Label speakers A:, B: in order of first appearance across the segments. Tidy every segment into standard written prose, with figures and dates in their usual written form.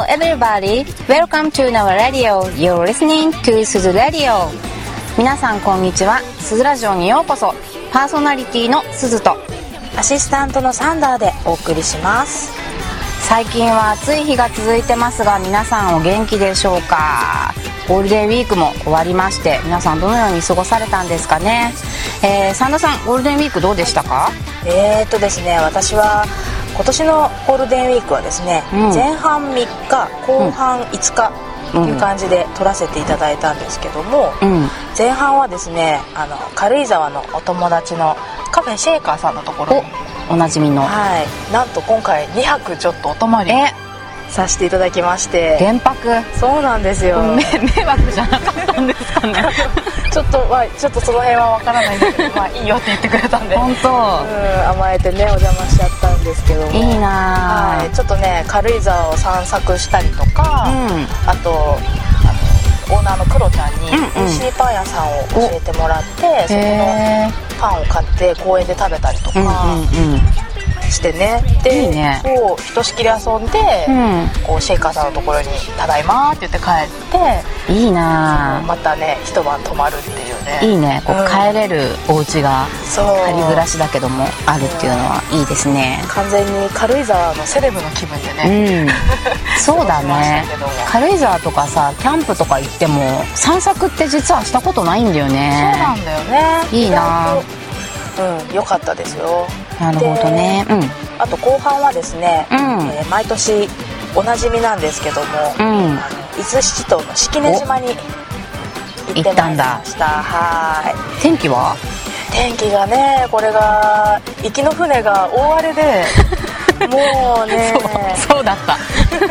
A: everybody, welcome to our radio. You're listening to すず Radio。 皆さんこんにちは、すずラジオにようこそ。パーソナリティのすずと
B: アシスタントのサンダーでお送りします。
A: 最近は暑い日が続いてますが、皆さんお元気でしょうか。ゴールデンウィークも終わりまして、皆さんどのように過ごされたんですかね。三田さん、ゴールデンウィークどうでしたか？
B: ですね、私は今年のゴールデンウィークはですね、前半3日後半5日という感じで撮らせていただいたんですけども、前半はですね、軽井沢のお友達のカフェシェイカーさんのところに
A: おなじみの、
B: なんと今回2泊ちょっとお泊まりさせていただきまして。
A: 連泊？
B: そうなんですよ。
A: 迷惑じゃなかったんですかね。
B: ちょっとその辺はわからないんだけど、いいよって言ってくれたんで
A: 本当、
B: 甘えてねお邪魔しちゃったんですけども、
A: いいな、
B: ちょっとね軽井沢を散策したりとか、あとオーナーのクロちゃんに美味しいパン屋さんを教えてもらって、そこのパンを買って公園で食べたりとかしてね。で、いいね。そう、ひとしきり遊んで、こうシェイカーさんのところに「ただいま」って言って帰って、
A: いいな、
B: またね一晩泊まるっていうね。
A: いいね、こう帰れるお家が仮暮らしだけどもあるっていうのはいいですね。
B: 完全に軽井沢のセレブの気分でね、
A: そうだね。軽井沢とかさ、キャンプとか行っても散策って実はしたことないんだよね。
B: そうなんだよね。
A: いいな、
B: 良かったですよ。
A: なるほどね。
B: あと後半はですね、毎年おなじみなんですけども、伊豆七島の式根島に行ってまいりました。はい。
A: 天気は？
B: 天気がね、これが行きの船が大荒れでもうね
A: そうだった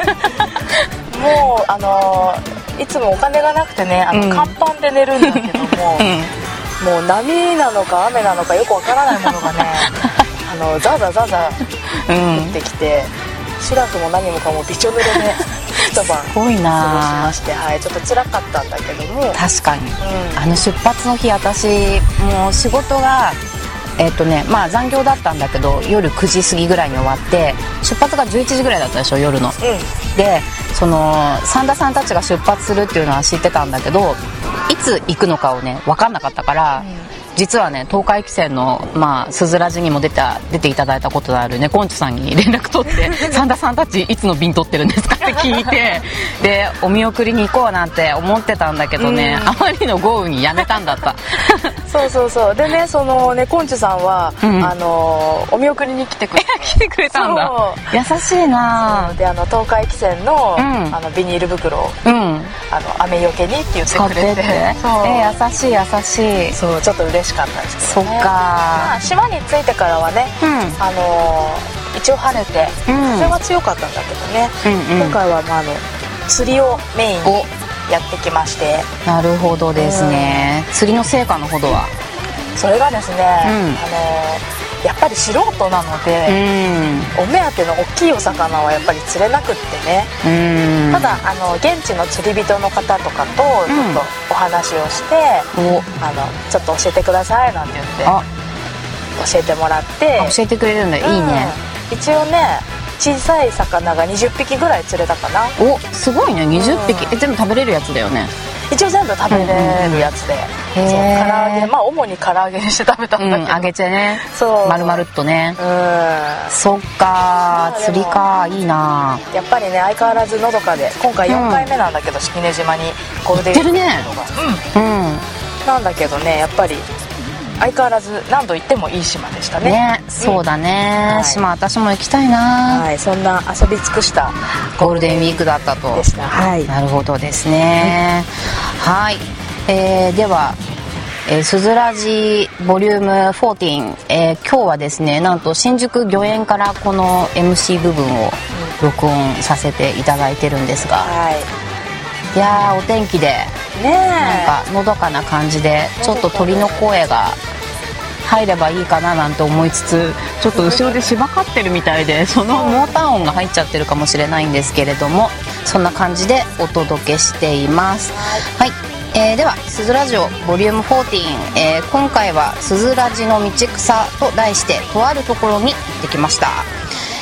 B: もういつもお金がなくてね、甲板で寝るんだけども、もう波なのか雨なのかよくわからないものがねザーザーザーザー降ってきて、シラフも何もかもびちょ濡れで一晩過ごしまして、ちょっと辛かったんだけども。
A: 確かに、出発の日、私もう仕事が残業だったんだけど、夜9時過ぎぐらいに終わって、出発が11時ぐらいだったでしょ、夜の。で、その三田さんたちが出発するっていうのは知ってたんだけど、いつ行くのかをね分かんなかったから、実はね東海汽船のすずらじにも出ていただいたことのあるねこんちさんに連絡取って三田さんたちいつの便取ってるんですかって聞いて、でお見送りに行こうなんて思ってたんだけどね、あまりの豪雨にやめたんだった
B: そうでね、そのねこんちさんは、お見送りに来てくれ
A: たんだ。優しいな。
B: で東海汽船の、ビニール袋を、雨よけにって言ってくれて、
A: 優しい優しい。
B: そう、ちょっと嬉しかったですけどね。
A: そっか、
B: 島に着いてからはね、一応晴れて風は強かったんだけどね、今回は釣りをメインにやってきまして。
A: なるほどですね。釣りの成果のほどは？
B: それがですね、やっぱり素人なので、お目当ての大きいお魚はやっぱり釣れなくってね、ただ現地の釣り人の方とかとちょっとお話をして、ちょっと教えてくださいなんて言って教えてもらって。
A: 教えてくれるんだ、いいね。
B: 一応ね小さい魚が20匹ぐらい釣れたかな。
A: お、すごいね、20匹。全部食べれるやつだよね？
B: 一応全部食べれるやつで、唐揚げ、主に唐揚げにして食べたんだけど、
A: 揚げてね、丸々っとね。そっか、釣りか、いいな。
B: やっぱりね相変わらずのどかで、今回4回目なんだけど、式根島にゴールデンウィークがなんだけどね、やっぱり相変わらず何度行ってもいい島でしたね。
A: そうだね、島私も行きたいな。
B: そんな遊び尽くした
A: ゴールデンウィークだったと。
B: でした。
A: なるほどですね。ではすずらじボリューム14、今日はですね、なんと新宿御苑からこの MC 部分を録音させていただいてるんですが、いやーお天気でなんかのどかな感じで、ちょっと鳥の声が入ればいいかななんて思いつつ、ちょっと後ろで芝刈ってるみたいで、そのモーター音が入っちゃってるかもしれないんですけれども、そんな感じでお届けしています。ではすずラジオボリューム14、今回はすずらじの道草と題して、とあるところに行ってきました。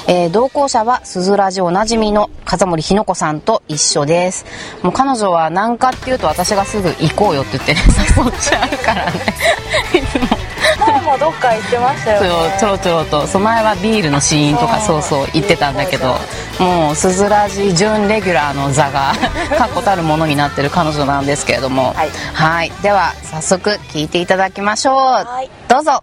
A: 同行者はすずらじおなじみの風森ひの子さんと一緒です。もう彼女は何かっていうと私がすぐ行こうよって言ってね誘っちゃうからねいつも
B: 前もどっか行ってましたよね。
A: ちょろちょろと。その前はビールのシーンとかそう言ってたんだけど、もうすずらじ準レギュラーの座が確固たるものになってる彼女なんですけれども、はい、では早速聞いていただきましょう。どうぞ。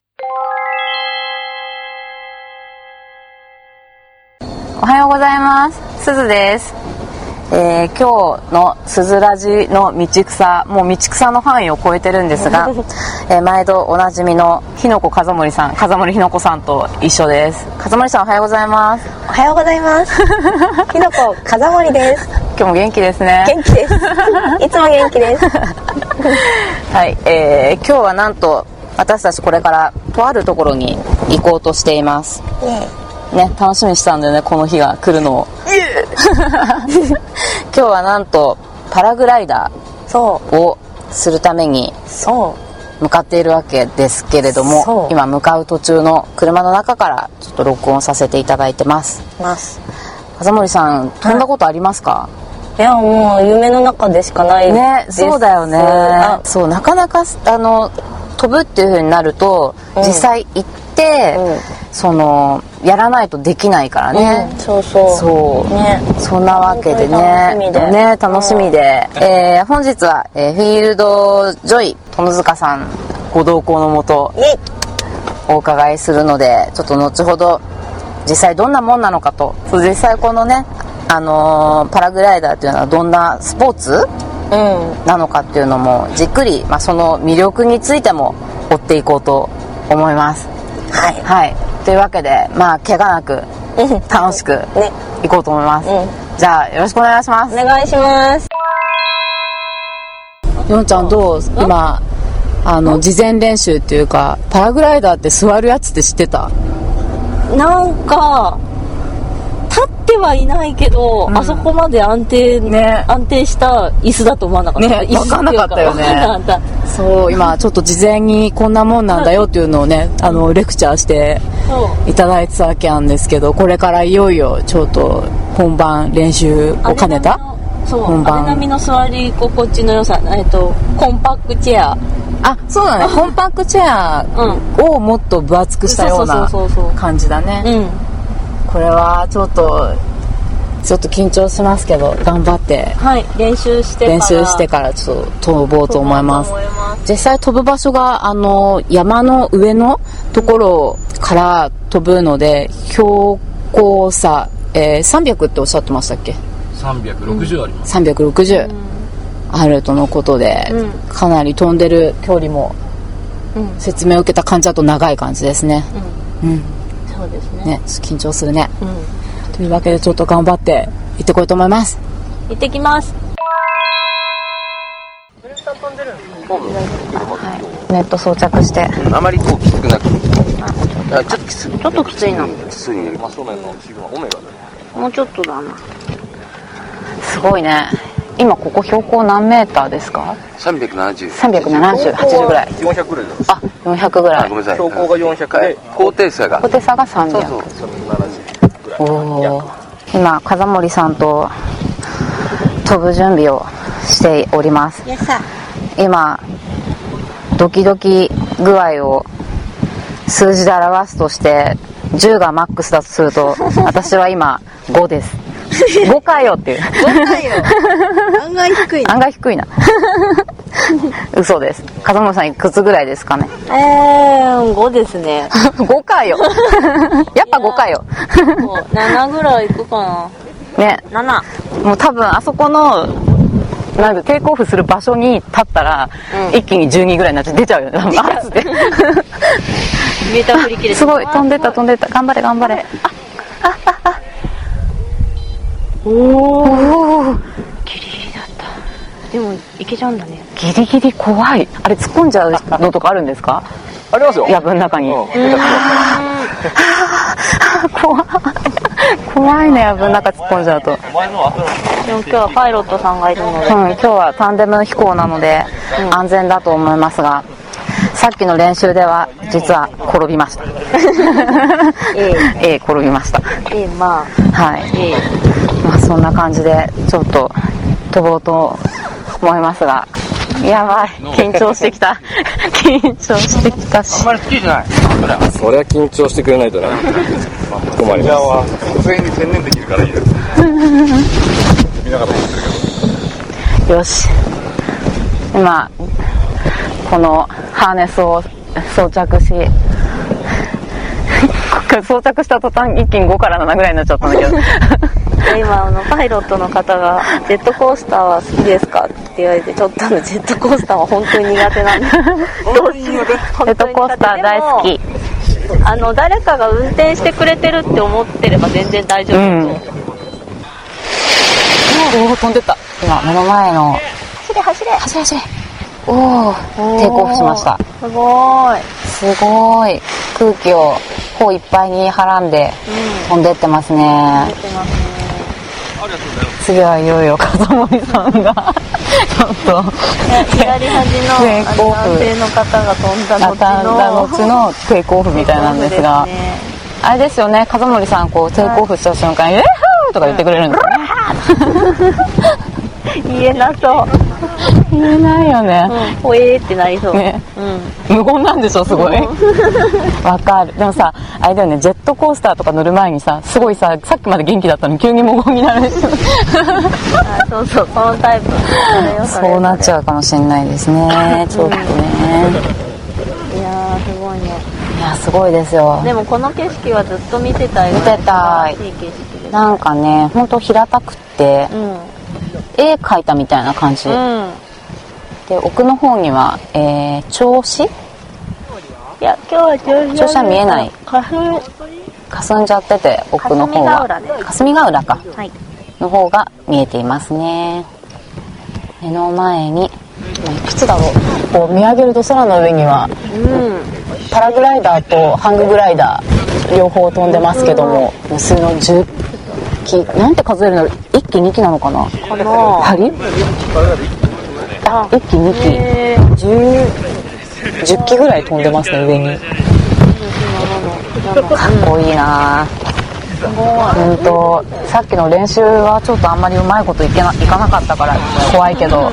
A: おはようございます。すずです。今日のすずらじの道草、もう道草の範囲を超えてるんですが毎度おなじみのひのこ風森さん、風森ひのこさんと一緒です。風森さんおはようございます。
C: おはようございますひのこ風森です。
A: 今日も元気ですね。
C: 元気ですいつも元気です
A: はい、今日はなんと私たちこれからとあるところに行こうとしていますね、楽しみにしたんだよね、この日が来るのを今日はなんとパラグライダーをするために向かっているわけですけれども、今向かう途中の車の中からちょっと録音させていただいてます。風森さん飛んだことありますか？
C: いや、もう夢の中でしかない
A: ね。そうだよね。そう、なかなか飛ぶっていう風になると、実際行って、そのやらないとできないからね、そんなわけでね、楽しみで、本日は、フィールドジョイ殿塚さんご同行のもとお伺いするので、ちょっと後ほど実際どんなもんなのかと、実際このね、パラグライダーっていうのはどんなスポーツ、なのかっていうのもじっくり、その魅力についても追っていこうと思います。はい、というわけで、怪我なく楽しくいこうと思います。じゃあよろしくお願いします。
C: お願いします。
A: よんちゃんどう？今事前練習っていうか、パラグライダーって座るやつって知ってた？
C: なんか立ってはいないけど、あそこまで安定した椅子だと思わなかった。
A: 分かんなかったよね。そう、今ちょっと事前にこんなもんなんだよっていうのをね、レクチャーしていただいてたわけなんですけど、これからいよいよちょっと本番練習を兼ねた
C: 本番、アデナミの座り心地の良さ、コンパクチェア、
A: そうだねコンパクチェアをもっと分厚くしたような感じだね。これはちょっと緊張しますけど頑張って、
C: 練習してから
A: ちょっと飛ぼうと思います。実際飛ぶ場所が山の上のところから飛ぶので、標高差、300っておっしゃってましたっけ
D: ？360あります。
A: 360あるとのことで、かなり飛んでる距離も、説明を受けた感じだと長い感じですね。
C: そうですね。
A: 緊張するね。というわけでちょっと頑張って行ってこいと思います。
C: 行ってきます。
A: ネット装着して。
D: あまりこうきつくなく。
A: ちょっときついな。
C: もうちょっとだな。
A: すごいね。今ここ標高何メーターですか
D: ？370、
A: 80ぐらい。
D: 400ぐらいです。
A: 400ぐらい。
D: ごめんなさい。標高が400で高低差が
A: 300。今風森さんと飛ぶ準備をしております。今ドキドキ具合を数字で表すとして、10がマックスだとすると私は今5です。5かよっていう。
C: 5かよ。案外低いな。
A: 嘘です。風森さんいくつぐらいですかね
C: ？5ですね。
A: 5かよ。やっぱ5かよ。
C: 7ぐらいいくかな。
A: ね。
C: 7。
A: もう多分あそこのテイクオフする場所に立ったら、一気に12ぐらいになって出ちゃうよね。
C: メーター振り切れて。
A: すごい飛んでった。頑張れ。おお、ギリギリだった。
C: でもいけちゃうんだね。
A: ギリギリ怖い。あれ突っ込んじゃうのとかあるんですか？
D: ありますよ。
A: 藪の中に。怖いね、藪の中突っ込んじゃうと。
C: でも今日はパイロットさんがいるので、
A: 今日はタンデム飛行なので安全だと思いますが、さっきの練習では実は転びました。 A 転びました。
C: まあ
A: はい。まあそんな感じでちょっと飛ぼうと思いますが、やばい、緊張してきた。緊張してきたし。
D: あんまり好きじゃない。
E: そりゃ緊張してくれないとね。困ります。
D: 普通に専念できるからいいです。見ながら思ってるけど。
A: よし。今このハーネスを装着し、装着した途端一気に5から7ぐらいになっちゃったんだけど。
C: 今パイロットの方がジェットコースターは好きですかって言われて、ちょっとジェットコースターは本当に苦手なんで。どうしよう。
A: ジェットコースター大好き。
C: 誰かが運転してくれてるって思ってれば全然大丈夫です。
A: おお、飛んでった。今目の前の走れおお、テイクオフしました。
C: すごい
A: 空気を頬いっぱいにはらんで飛んでってますね。次はいよいよ風森さんがちょっと
C: 左端の男性の方が飛んだ
A: 後のテイクオフみたいなんですが、あれですよね、風森さんこうテイクオフした瞬間に「エッハー!」とか言ってくれるんですよね。
C: 言えなそう。
A: 言えないよね。
C: ほえーってなりそう。
A: ね、無言なんでしょ、すごい。わかる。でもさ、あれだよね、ジェットコースターとか乗る前にさ、すごいさ、さっきまで元気だったのに急に無言になる。
C: そう、そのタイプ。
A: そうなっちゃうかもしれないですね。ちょっとね。
C: いやー、すごいね。
A: いや、すごいですよ。
C: でもこの景色はずっと見てたい。
A: 見てたい。なんかね、ほんと平たくて、絵描いたみたいな感じ。で、奥の方には、銚子？
C: いや、今日は
A: 銚子は見えない。霞んじゃってて、奥の方は。霞ヶ浦か。の方が見えていますね。目の前に、いくつだろう。こう見上げると空の上には、パラグライダーとハンググライダー両方飛んでますけども、無数の10機、なんて数えるの？1機2機なのかな？針？1機2機10機ぐらい飛んでますね、上に。かっこいいな。さっきの練習はちょっとあんまりうまいこといかなかったから怖いけど、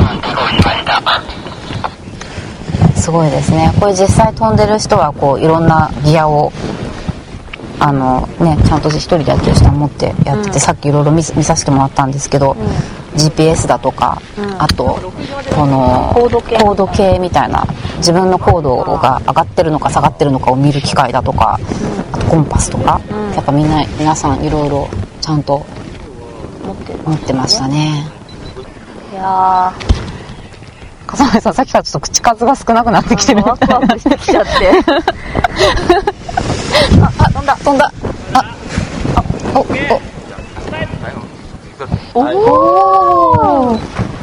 A: すごいですね。これ実際飛んでる人はこういろんなギアをちゃんと一人でやってる人は持ってやってて、さっきいろいろ見させてもらったんですけど、GPS だとか、あとこの高度計みたいな、自分の高度が上がってるのか下がってるのかを見る機械だとか、あとコンパスとか、やっぱ皆さんいろいろちゃんと持ってましたね。
C: いやー、
A: 笠森さんさっきからちょっと口数が少なくなってきてるみたいな。
C: ワクワクしてきちゃって。
A: 飛んだ。おお。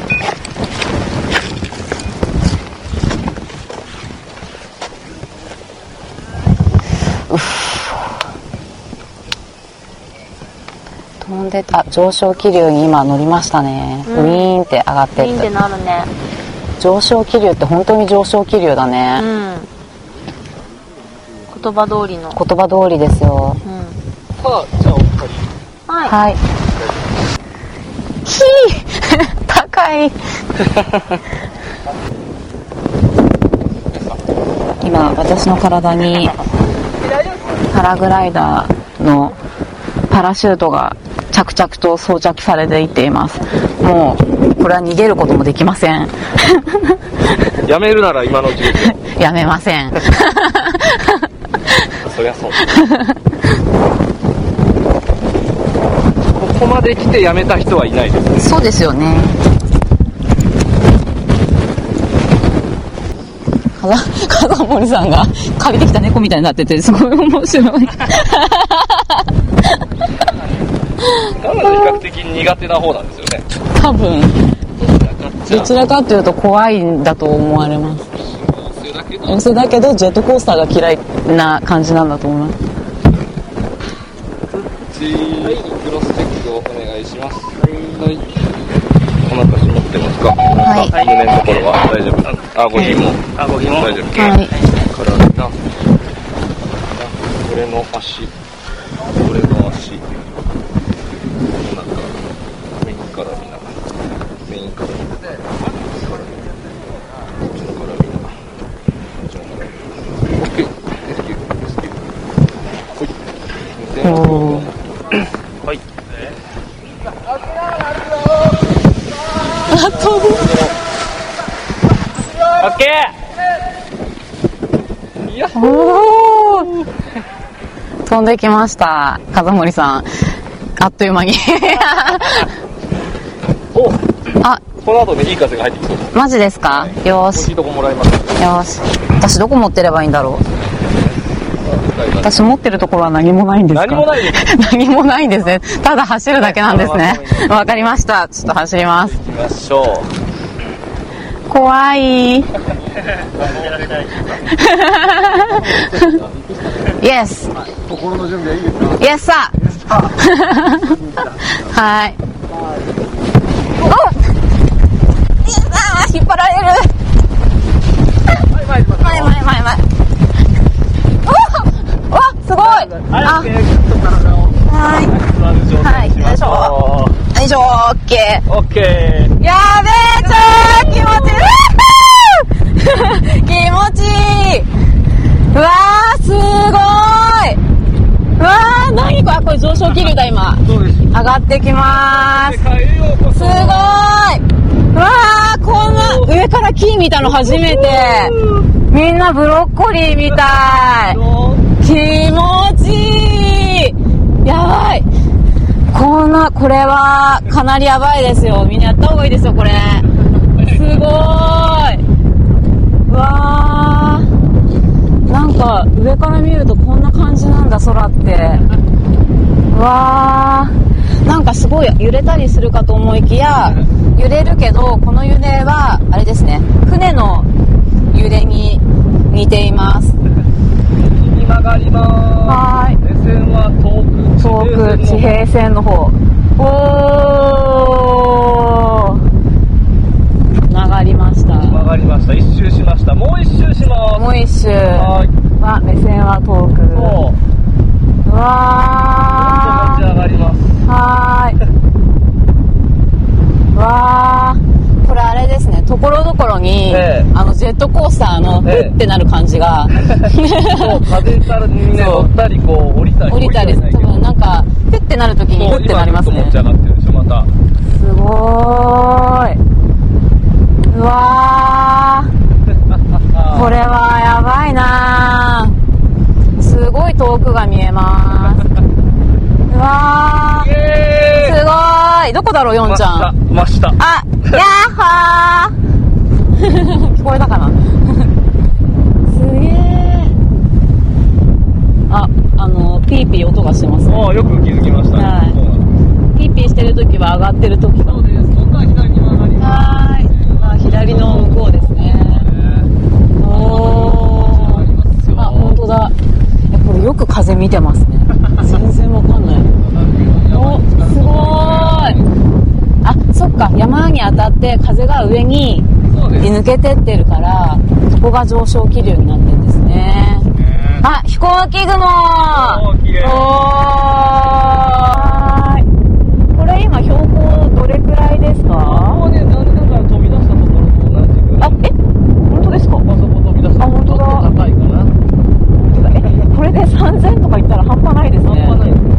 A: 飛んでた上昇気流に今乗りましたね。ウィーンって上がってって。
C: ウィーンってなるね。
A: 上昇気流って本当に上昇気流だね。
C: 言葉通りの。
A: 言葉通りですよ。
E: さあ、じゃあお二人。
A: はい。高い。今私の体にパラグライダーのパラシュートが着々と装着されていっています。もうこれは逃げることもできません。
E: やめるなら今のうちですよ。
A: やめません。
E: そりゃそう。ここまで来てやめた人はいないですね。
A: そうですよね。風森さんが借りてきた猫みたいになっててすごい面白い。
E: 彼女比較的苦手な方なんですよね。
A: 多分どちらかというと怖いんだと思われます。寄せだけどジェットコースターが嫌いな感じなんだと思います。
E: クロスチェックをお願いします。はい。お腹絞ってますか？はい。胸のところは大丈夫なんです。顎ひも。大丈夫。
A: はい。
E: 体な。 俺の足なんかメインから見ながらメインから見ながらこっちのから見ながらこっちのから見ながら OK レスキューはいはいオッケー。いや
A: おー飛んできました風森さん、あっという間に
E: お
A: あ、
E: この後ねいい風が入ってきそうです。
A: マジですか、はい、よーし、
E: いいとこもらいます。
A: よし、私どこ持ってればいいんだろう。私持ってるところは何もないんですか。
E: 何もないです
A: 何もないんですね。ただ走るだけなんですね。わかりました。ちょっと走ります。
E: 行きましょう。
A: 怖い。Yes。
D: 心の準備はいいですか。
A: Yes sir。はい。お。引っ張られる。前。お、すごい。あ。はい。よいしょ。よいしょ。オッケー。
E: オッケー。
A: やべえ、超気持ちいい。気持ちいい。うわー、すごい。うわー、何これ、これ上昇気流だ今。
E: そうです。
A: 上がってきまーす。すごい。うわー、こんな上から木見たの初めて。みんなブロッコリーみたい。気持ちいい。やばい。これはかなりやばいですよ。みんなやった方がいいですよこれ。すごーい。うわー、なんか上から見るとこんな感じなんだ空って。うわー、なんかすごい揺れたりするかと思いきや、揺れるけどこの揺れはあれですね、船の揺れに似ています。
E: 右曲がりまーす。
A: はい。
E: 目線は遠く
A: 地平線の方。おー、曲がりました。
E: 曲がりました。一周しました。もう一周します。
A: もう一周。
E: はい。
A: わ、目線は遠く。
E: そう。
A: うわー。
E: 持ち上がります。
A: はーい。わー。これあれですね、ところどころに、ジェットコースターのフッってなる感じが、
E: そう、風からね、乗ったりこう降りたり
A: 多分なんかフッってなるときにフッってなりますね。
E: 持ち上がってるでしょまた。
A: すごーい。うわー。これはやばいなー。すごい遠くが見えます。うわー。すごーい。どこだろうヨンちゃん。
E: 真下。
A: あ、やっはー。聞こえたかな。すげー。ピーピー音がしてますね。
E: よく気づきましたね。
A: はい。ピーピーしてるときは上がってるときが。
E: そうです。そんな左に曲がります。
A: はい。左の向こうですね。おー。あ、本当だ。これよく風見てますね。全然わかんない。お、すごーい。あ、そっか。山に当たって風が上に抜けてってるから、そこが上昇気流になってるんですね。あ、飛行機雲。おー。これ今標高どれくらいですか？
E: ここで残念ながら飛び出したところと同じぐらい。
A: あ、本当ですか？
E: あそこ飛び出した。
A: あ、本当だ。
E: 高いかな。
A: これで3000とか言ったら半端ないですね。
E: 半端ないですね。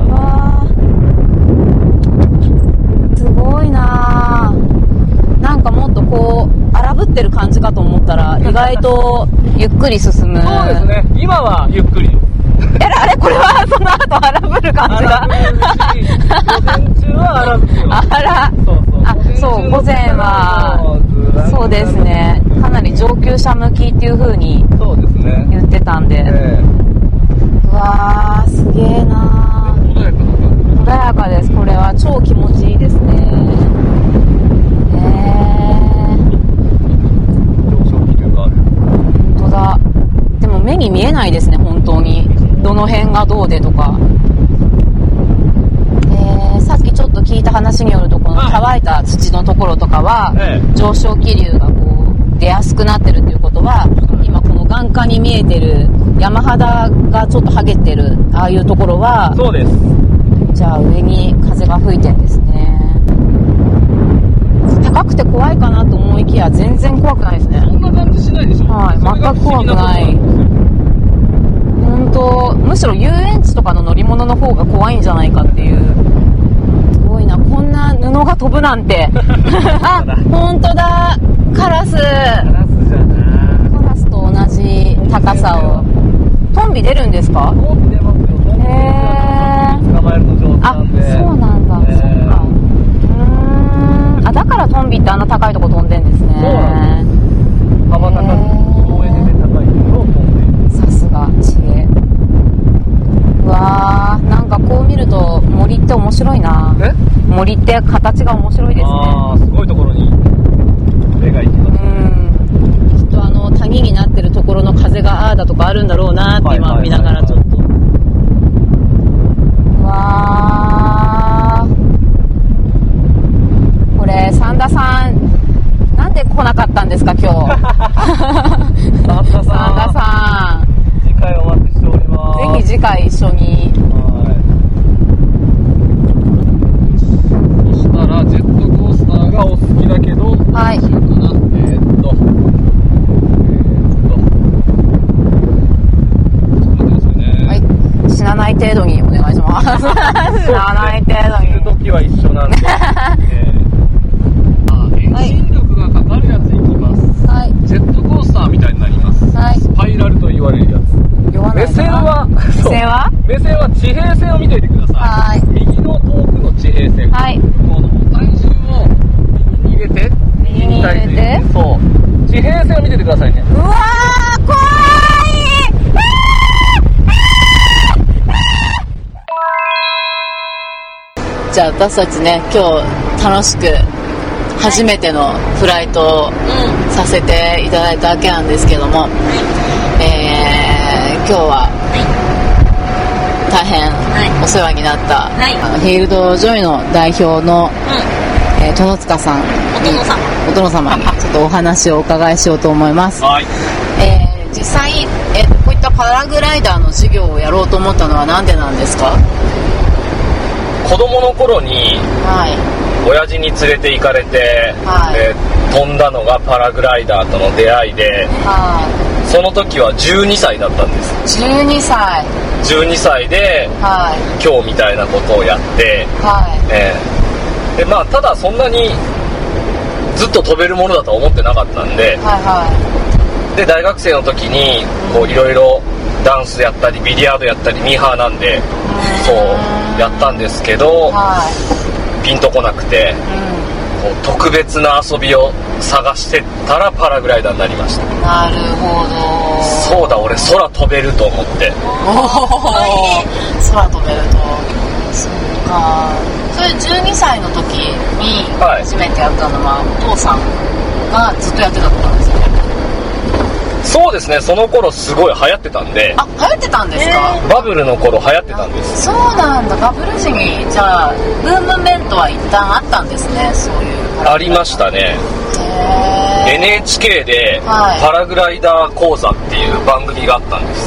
A: すごいなぁ。なんかもっとこう荒ぶってる感じかと思ったら意外とゆっくり進む。
E: そうですね。今はゆっくり。
A: あれこれはその後荒ぶる感じが。
E: 午前中は荒ぶるよ。
A: あら。そう、午前はそうですね。かなり上級者向きっていう風に言ってたんで。うわー、すげーなー。穏やかです。これは超気持ちいいですね。本当だ。でも目に見えないですね、本当に。どの辺がどうでとか。さっきちょっと聞いた話によると、この乾いた土のところとかは、上昇気流がこう出やすくなってるっていうことは、今このの眼下に見えてる山肌がちょっと剥げてるああいうところは、
E: そうです。
A: じゃあ上に風が吹いてんですね。高くて怖いかなと思いきや全然怖くないですね。
E: そんな感じしないでしょ。
A: はい、全く怖くない。本当、むしろ遊園地とかの乗り物の方が怖いんじゃないかっていう。すごいな、こんな布が飛ぶなんて。あ、本当だ、カラス。カ
E: ラスじゃない。
A: カラスと同じ高さを。トンビ出るんですか？
E: トンビ出ますよ。トンビ捕まえるの上手なんで。
A: あ、そうなんだ。そうか。あ、だからトンビってあんな高いとこ飛んでんですね。
E: そうなんです。幅高く公園で高いところを飛んで。
A: さすが知恵。うわー、なんかこう見ると森って面白いな。森って形が面白いですね。
E: ああ、すごいところに目が行きますね。
A: きっと谷になってるところの風がああだとかあるんだろうなって今見ながらちょっと。うわー、これ三田さんなんで来なかったんですか今日。
E: 三田
A: さん、
E: 次回お待ちしております。
A: ぜひ次回一緒に。
E: そしたらジェットコースターがお好きだけど、
A: はい、
E: どうしようかな。
A: 死なない程度にお願いします。死なない程度に。
E: 死ぬ時は一緒なんで。エンジン力がかかるやついきます。
A: はい。
E: ジェットコースターみたいになります。
A: はい。
E: スパイラルと言われるやつ。目線は地平線を見ていてください。
A: はい。
E: 右の遠くの地平線。
A: はい。
E: この体重を右に入れて。
A: 右に入れて。
E: そう。地平線を見ててくださいね。
A: うわー、怖い。じゃあ私たちね、今日楽しく初めてのフライトをさせていただいたわけなんですけども、今日は大変お世話になった、フィールドジョイの代表の、殿塚さん、お殿様にちょっとお話をお伺いしようと思います。
E: はい。
A: 実際、こういったパラグライダーの授業をやろうと思ったのはなんでなんですか？
E: 子供の頃に、親父に連れて行かれて、飛んだのがパラグライダーとの出会いで、その時は12歳だったんです。
A: 12歳
E: で、今日みたいなことをやって、でまあ、ただそんなにずっと飛べるものだとは思ってなかったんで、で大学生の時にいろいろダンスやったりビリヤードやったりミーハーなんでそうやったんですけど、ピンとこなくて、特別な遊びを探してたらパラグライダーになりました。
A: なるほど。
E: そうだ、俺空飛べると思って。
A: 空飛べると。そっか。それ12歳の時に初めてやったのは、お父さんがずっとやってたことなんですか？
E: そうですね、その頃すごい流行ってたんで。
A: あ、流行ってたんですか？
E: バブルの頃流行ってたんです。
A: そうなんだ。バブル時にじゃあブームメントは一旦あったんですね。そういう
E: ありましたね。NHK でパラグライダー講座っていう番組があったんです。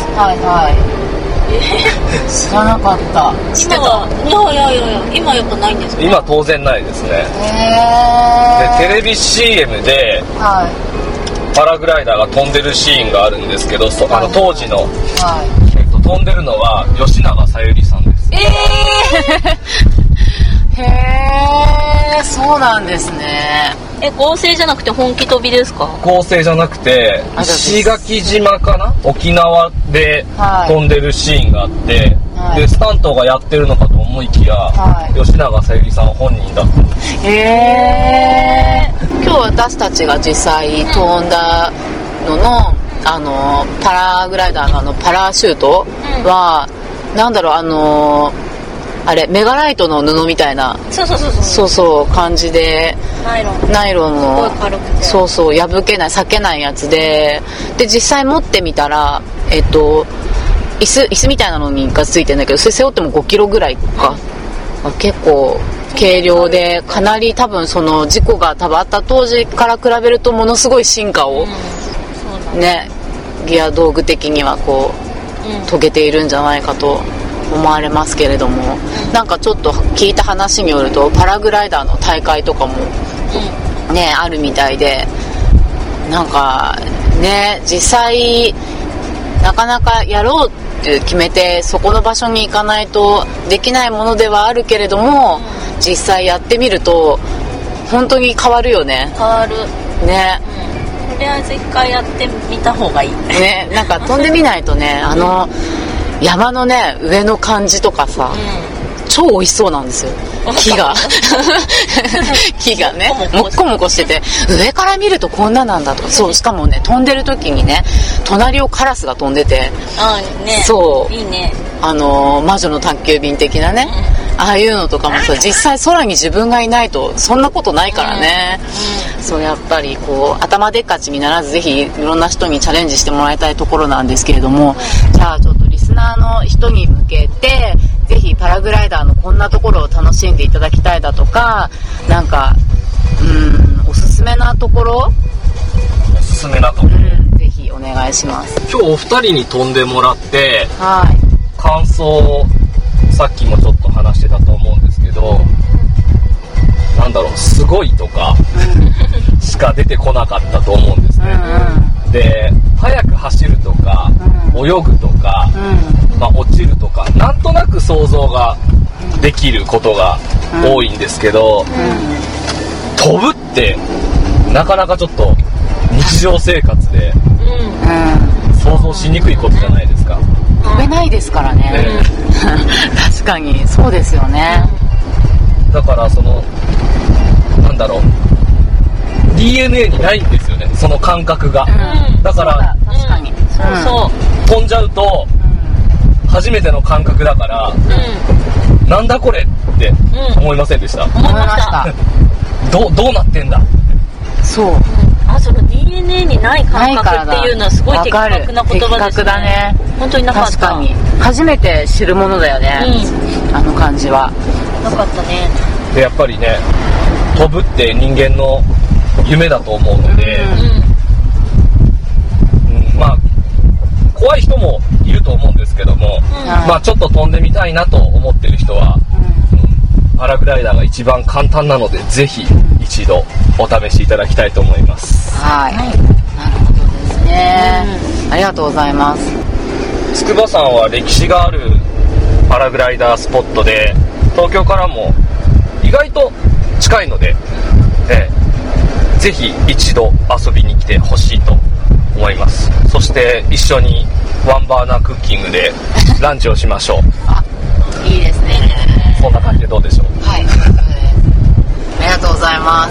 A: 知らなかった。知ってた？
C: いや今やっぱないんですか？
E: 今当然ないですね。でテレビ CM で、パラグライダーが飛んでるシーンがあるんですけど、当時の、飛んでるのは吉永小百合さんです。
A: そうなんですね。
C: 合成じゃなくて本気飛びですか？
E: 合成じゃなくて石垣島かな、沖縄で飛んでるシーンがあって、でスタントがやってるのかと思いきや、吉永小百合さん本人だったんです。
A: 今日私たちが実際飛んだのの、パラグライダーのパラシュートは、なんだろう、あれメガライトの布みたいなそう感じで、ナイロンの
C: すごい軽くて、
A: そう破けない裂けないやつで実際持ってみたら椅子みたいなのがついてるんだけど、それ背負っても5キロぐらいか、結構軽量で、かなり多分その事故が多分あった当時から比べるとものすごい進化をねギア道具的にはこう遂げているんじゃないかと思われますけれども、なんかちょっと聞いた話によるとパラグライダーの大会とかもねあるみたいで、なんかね実際なかなかやろうって決めてそこの場所に行かないとできないものではあるけれども、実際やってみると本当に変わるよね。
C: 変わる
A: ね、
C: とりあえず一回やってみた方がいい
A: ね。なんか飛んでみないとね、山のね上の感じとかさ、超美味しそうなんですよ。木が木がねもっこもこしてて、上から見るとこんななんだとか。そう、しかもね飛んでる時にね隣をカラスが飛んでて、
C: ね、
A: そう
C: いいね、
A: 魔女の宅急便的なね、ああいうのとかもさ、実際空に自分がいないとそんなことないからね、そうやっぱりこう頭でっかちにならず、ぜひいろんな人にチャレンジしてもらいたいところなんですけれども、じゃあちょっとリスナーの人に向けてぜひパラグライダーのこんなところを楽しんでいただきたいだとか、なんかおすすめなところ、
E: おすすめなところ、
A: ぜひお願いします。
E: 今日お二人に飛んでもらって、
A: はい、
E: 感想をさっきもちょっと話してたと思うんですけど、なんだろう、すごいとかしか出てこなかったと思うんですね、で速く走るとか、泳ぐとか、落ちるとか、なんとなく想像ができることが多いんですけど、飛ぶってなかなかちょっと日常生活で想像しにくいことじゃないですか。
A: 飛べないですからね、確かにそうですよね。
E: だからなんだろう、 DNA にないんですよね、その感覚が、だから
A: 確かに、
E: 飛んじゃうと初めての感覚だから、なんだこれって思いませんでした？
A: 思いました
E: どうなってんだ。
A: そう、
C: その DNA にない感覚っていうのはすごい的確な言葉ですね。
A: 的確だね。
C: 本当になかった。
A: 確かに初めて知るものだよね、あの感じは
C: なかったね。
E: でやっぱりね、飛ぶって人間の夢だと思うので、まあ怖い人もいると思うんですけども、まあちょっと飛んでみたいなと思ってる人は、パラグライダーが一番簡単なので、ぜひ一度お試しいただきたいと思います。
A: はい、なるほどですね、ありがとうございます。
E: 筑波山は歴史があるパラグライダースポットで、東京からも意外と近いので、ぜひ一度遊びに来てほしいと思います。そして一緒にワンバーナークッキングでランチをしましょう。
A: いいですね。
E: そんな感じでどうでしょう。
A: はい、ありがとうございます。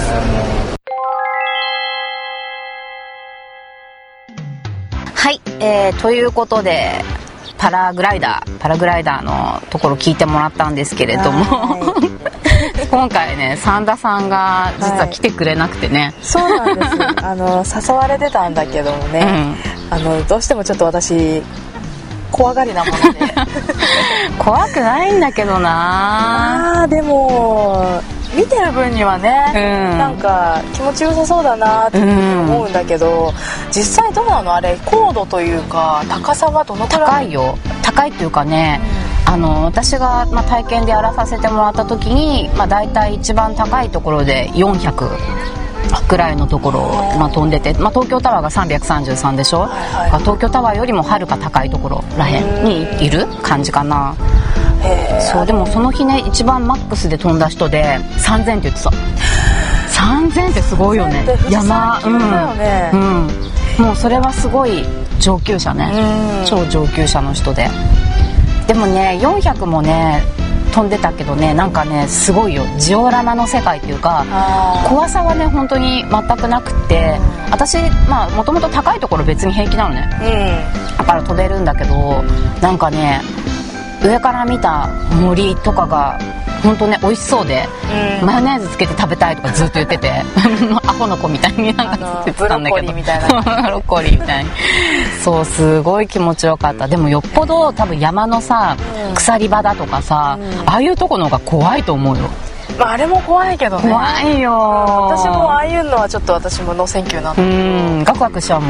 A: はい、ということでパラグライダーのところ聞いてもらったんですけれども、今回ね三田さんが実は来てくれなくてね、
B: そうなんです誘われてたんだけどもね、どうしてもちょっと私怖がりなもので
A: 怖くないんだけどな。
B: でも見てる分にはね、なんか気持ちよさそうだなって思うんだけど、実際どうなのあれ、高度というか高さはどのくらい？
A: 高いよ。高いっていうかね、私が、体験でやらさせてもらった時に、だいたい一番高いところで400くらいのところを、飛んでて、東京タワーが333でしょ、東京タワーよりもはるか高いところらへんにいる感じかな。そう、でもその日ね一番マックスで飛んだ人で3000って言ってた。3000ってすごいよね。山、もうそれはすごい上級者ね、超上級者の人で。でもね400もね飛んでたけどね、なんかねすごいよ、ジオラマの世界っていうか、怖さはね本当に全くなくって、私もともと高いところ別に平気なのね、だから飛べるんだけど、なんかね上から見た森とかが本当ね美味しそうで、マヨネーズつけて食べたいとかずっと言っててアホの子みたいになんか言ってたんだけど、ブロッコリーみたいなブロッコリーみたいにそう、すごい気持ちよかった。でもよっぽど多分山のさ、鎖場だとかさ、ああいうとこの方が怖いと思うよ。
B: あれも怖いけどね。
A: 怖いよ。
B: 私もああいうのはちょっと私もノーセンキューなんだけど、
A: ガクガクしちゃうもん。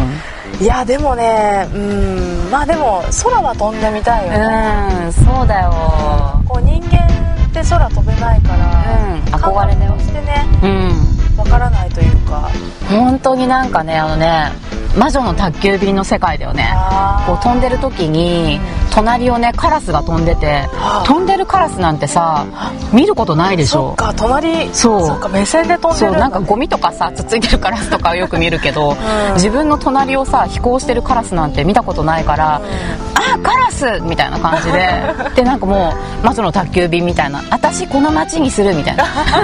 B: いやでもね、まあでも空は飛んでみたいよね。
A: そうだよ。
B: こう人間って空飛べないから、
A: 憧れだよ。
B: 感覚としてね、わからないというか。
A: 本当になんかね、魔女の宅急便の世界だよね。こう飛んでる時に隣をねカラスが飛んでて、飛んでるカラスなんてさ見ることないでしょ。
B: そっか、隣、そうか、目線で飛んでるんだね。
A: なんかゴミとかさつっついてるカラスとかをよく見るけど、自分の隣をさ飛行してるカラスなんて見たことないから、あ、カラスみたいな感じででなんかもう魔女の宅急便みたいな、私この街にするみたいな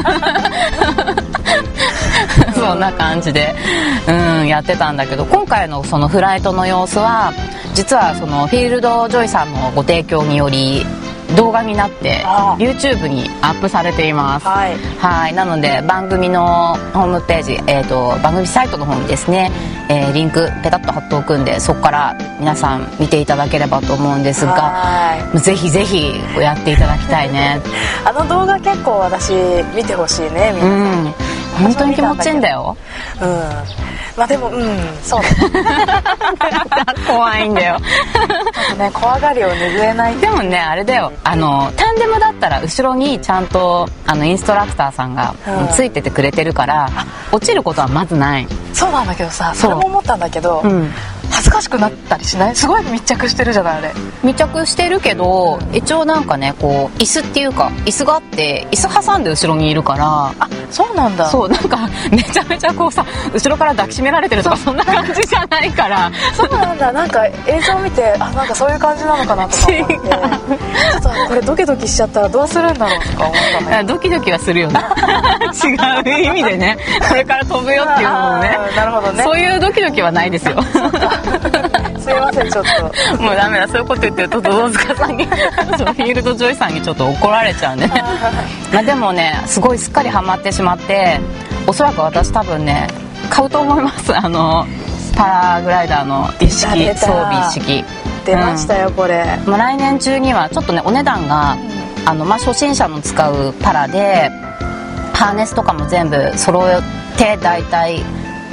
A: そんな感じでやってたんだけど、今回のそのフライトの様子は実はそのフィールドジョイさんのご提供により動画になって YouTube にアップされています。はい、なので番組のホームページ、番組サイトの方にですね、リンクペタッと貼っておくんで、そこから皆さん見ていただければと思うんですが、ぜひぜひやっていただきたいね。
B: あの動画結構私見てほしいね、皆さん。
A: 本当に気持ちいいんだよ。
B: まあでもそうだね
A: 怖いんだよ
B: ね、怖がりを拭えない。
A: でもね、あれだよ、タンデムだったら後ろにちゃんとインストラクターさんがついててくれてるから、落ちることはまずない。
B: そうなんだけどさ、それも思ったんだけど、恥ずかしくなったりしない？すごい密着してるじゃない、あれ。
A: 密着してるけど、一応なんかね、こう椅子っていうか椅子があって、椅子挟んで後ろにいるから。
B: あ、そうなんだ。
A: そう、なんかめちゃめちゃこうさ、後ろから抱きしめられてるとかそんな感じじゃないから
B: そうなんだ。なんか映像見て、あ、なんかそういう感じなのかなとか思って、ちょっとこれドキドキしちゃったらどうするんだろうとか思ったね。
A: ドキドキはするよね違う意味でね、これから飛ぶよっていうのもね。
B: なるほどね。
A: そういうドキドキはないですよ
B: すいません、ちょっと
A: もうダメだ、そういうこと言ってると堂塚さんにフィールドジョイさんにちょっと怒られちゃうんでねまあでもね、すごいすっかりハマってしまって、おそらく私多分ね買うと思います。パラグライダーの一式、装備一式
B: 出ましたよ、これ。
A: 来年中にはちょっとねお値段が初心者の使うパラで、ハーネスとかも全部揃えてだいたい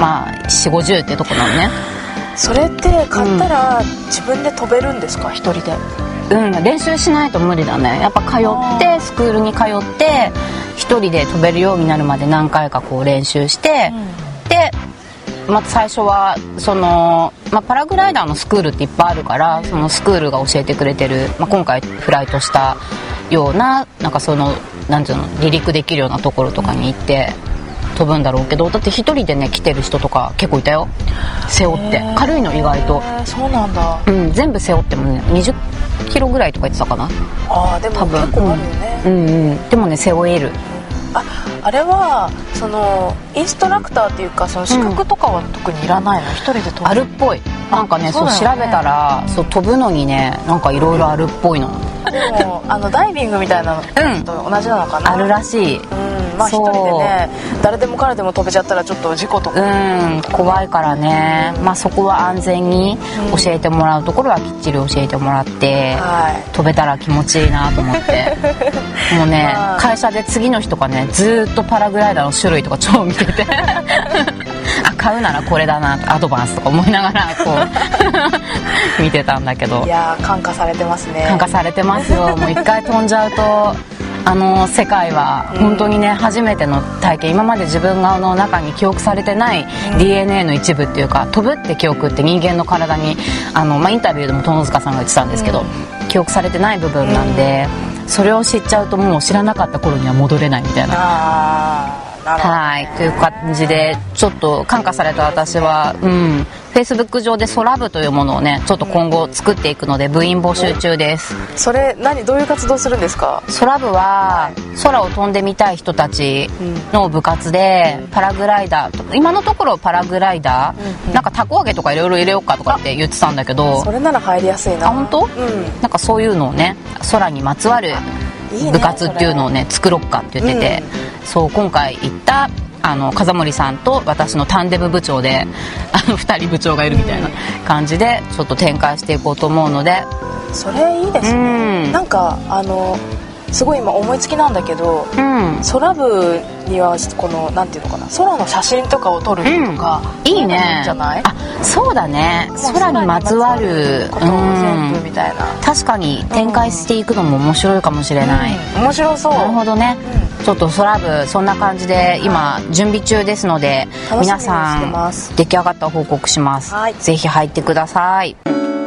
A: 40-50ってとこなのね。
B: それって買ったら自分で飛べるんですか、一人で？
A: 練習しないと無理だね。やっぱ通ってスクールに通って一人で飛べるようになるまで何回かこう練習して、でまた最初はその、パラグライダーのスクールっていっぱいあるから、そのスクールが教えてくれてる、今回フライトしたような、なんかそのなんていうの、離陸できるようなところとかに行って飛ぶんだろうけど、だって一人でね来てる人とか結構いたよ。背負って軽いの、意外と。
B: そうなんだ。
A: 全部背負ってもね20キロぐらいとか言ってたかな。
B: でも結構あるよね。
A: でもね背負える。
B: あれはそのインストラクターっていうか、その資格とかは特にいらないの？一人で飛ぶ？
A: あるっぽい。なんかね、そう調べたら、そう飛ぶのにね、なんかいろいろあるっぽいの。
B: でもダイビングみたいなのと同じなのかな？
A: あるらしい。
B: 一人でね、誰でも彼でも飛べちゃったらちょっと事故とか
A: 怖いからね、そこは安全に教えてもらうところはきっちり教えてもらって、飛べたら気持ちいいなと思ってもうね、会社で次の日とかね、ずっとパラグライダーの種類とか超見てて買うならこれだな、アドバンスとか思いながらこう見てたんだけど。
B: いやー、感化されてますね。
A: 感化されてますよ。もう一回飛んじゃうと世界は本当にね、初めての体験。今まで自分が中に記憶されてない DNA の一部っていうか、飛ぶって記憶って人間の体にインタビューでも友塚さんが言ってたんですけど、記憶されてない部分なんで、それを知っちゃうともう知らなかった頃には戻れないみたいな。はいという感じで、ちょっと感化された私はFacebook 上でソラ部というものをね、ちょっと今後作っていくので部員募集中です。
B: それどういう活動するんですか？
A: ソラ部は空を飛んでみたい人たちの部活で、パラグライダー、今のところパラグライダー、なんかたこ揚げとかいろいろ入れようかとかって言ってたんだけど、
B: それなら入りやすいな。
A: 本当？なんかそういうのをね、空にまつわる部活っていうのをね作ろっかって言ってて、そう今回行った風森さんと私のタンデム部長で2人部長がいるみたいな感じでちょっと展開していこうと思うので。
B: それいいですね。なんかすごい今思いつきなんだけど、空部にはこのなんていうのかな、空の写真とかを撮るとか、
A: いいね。
B: いいんじゃない？
A: あ、そうだね。空にまつわる
B: ことを全部みたいな。
A: 確かに展開していくのも面白いかもしれない。
B: 面白そう。
A: なるほどね。ちょっと空部そんな感じで今準備中ですので、皆さん出来上がった報告します。ぜひ入ってください。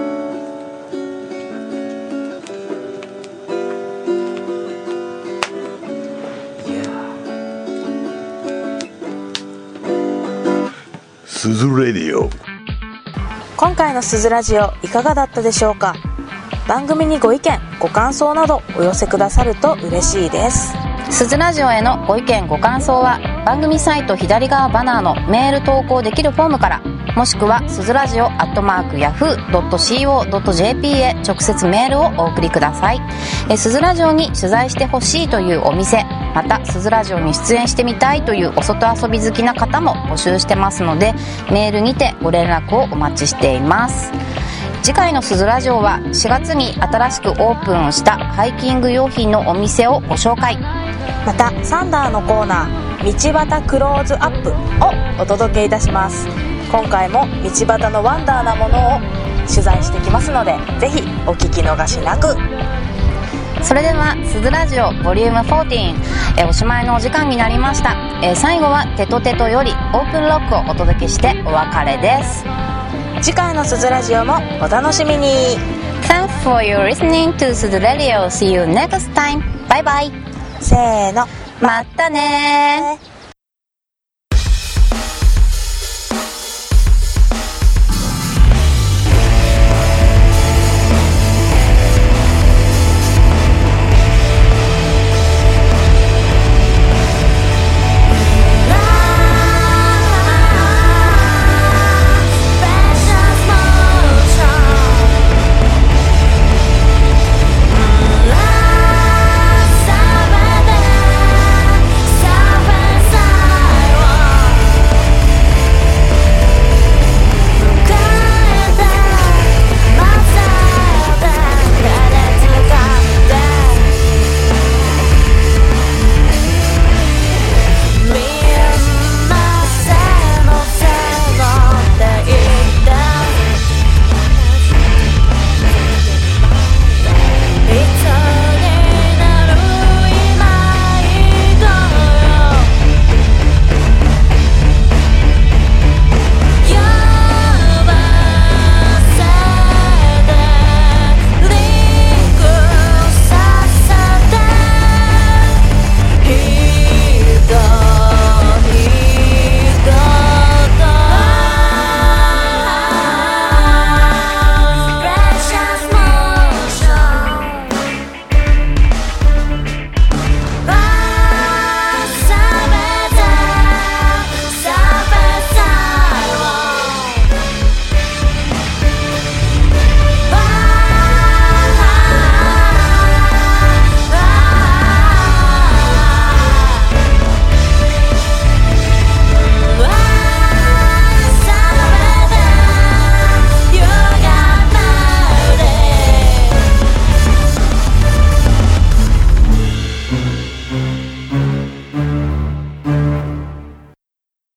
D: すずレディオ。
B: 今回のすずラジオいかがだったでしょうか。番組にご意見ご感想などお寄せくださると嬉しいです。
A: すずラジオへのご意見ご感想は番組サイト左側バナーのメール投稿できるフォームから、もしくはすずラジオ@yahoo.co.jp へ直接メールをお送りください。すずラジオに取材してほしいというお店、またすずラジオに出演してみたいというお外遊び好きな方も募集してますので、メールにてご連絡をお待ちしています。次回のすずラジオは4月に新しくオープンしたハイキング用品のお店をご紹介。
B: またサンダーのコーナー道端クローズアップをお届けいたします。今回も道端のワンダーなものを取材してきますので、ぜひお聞き逃しなく。
A: それではすずラジオボリューム14、おしまいのお時間になりました。最後はテトテトよりオープンロックをお届けしてお別れです。
B: 次回のすずラジオもお楽しみに。
A: Thanks for your listening to すずラジオ。 See you next time. Bye bye.
B: せーの、
A: またね。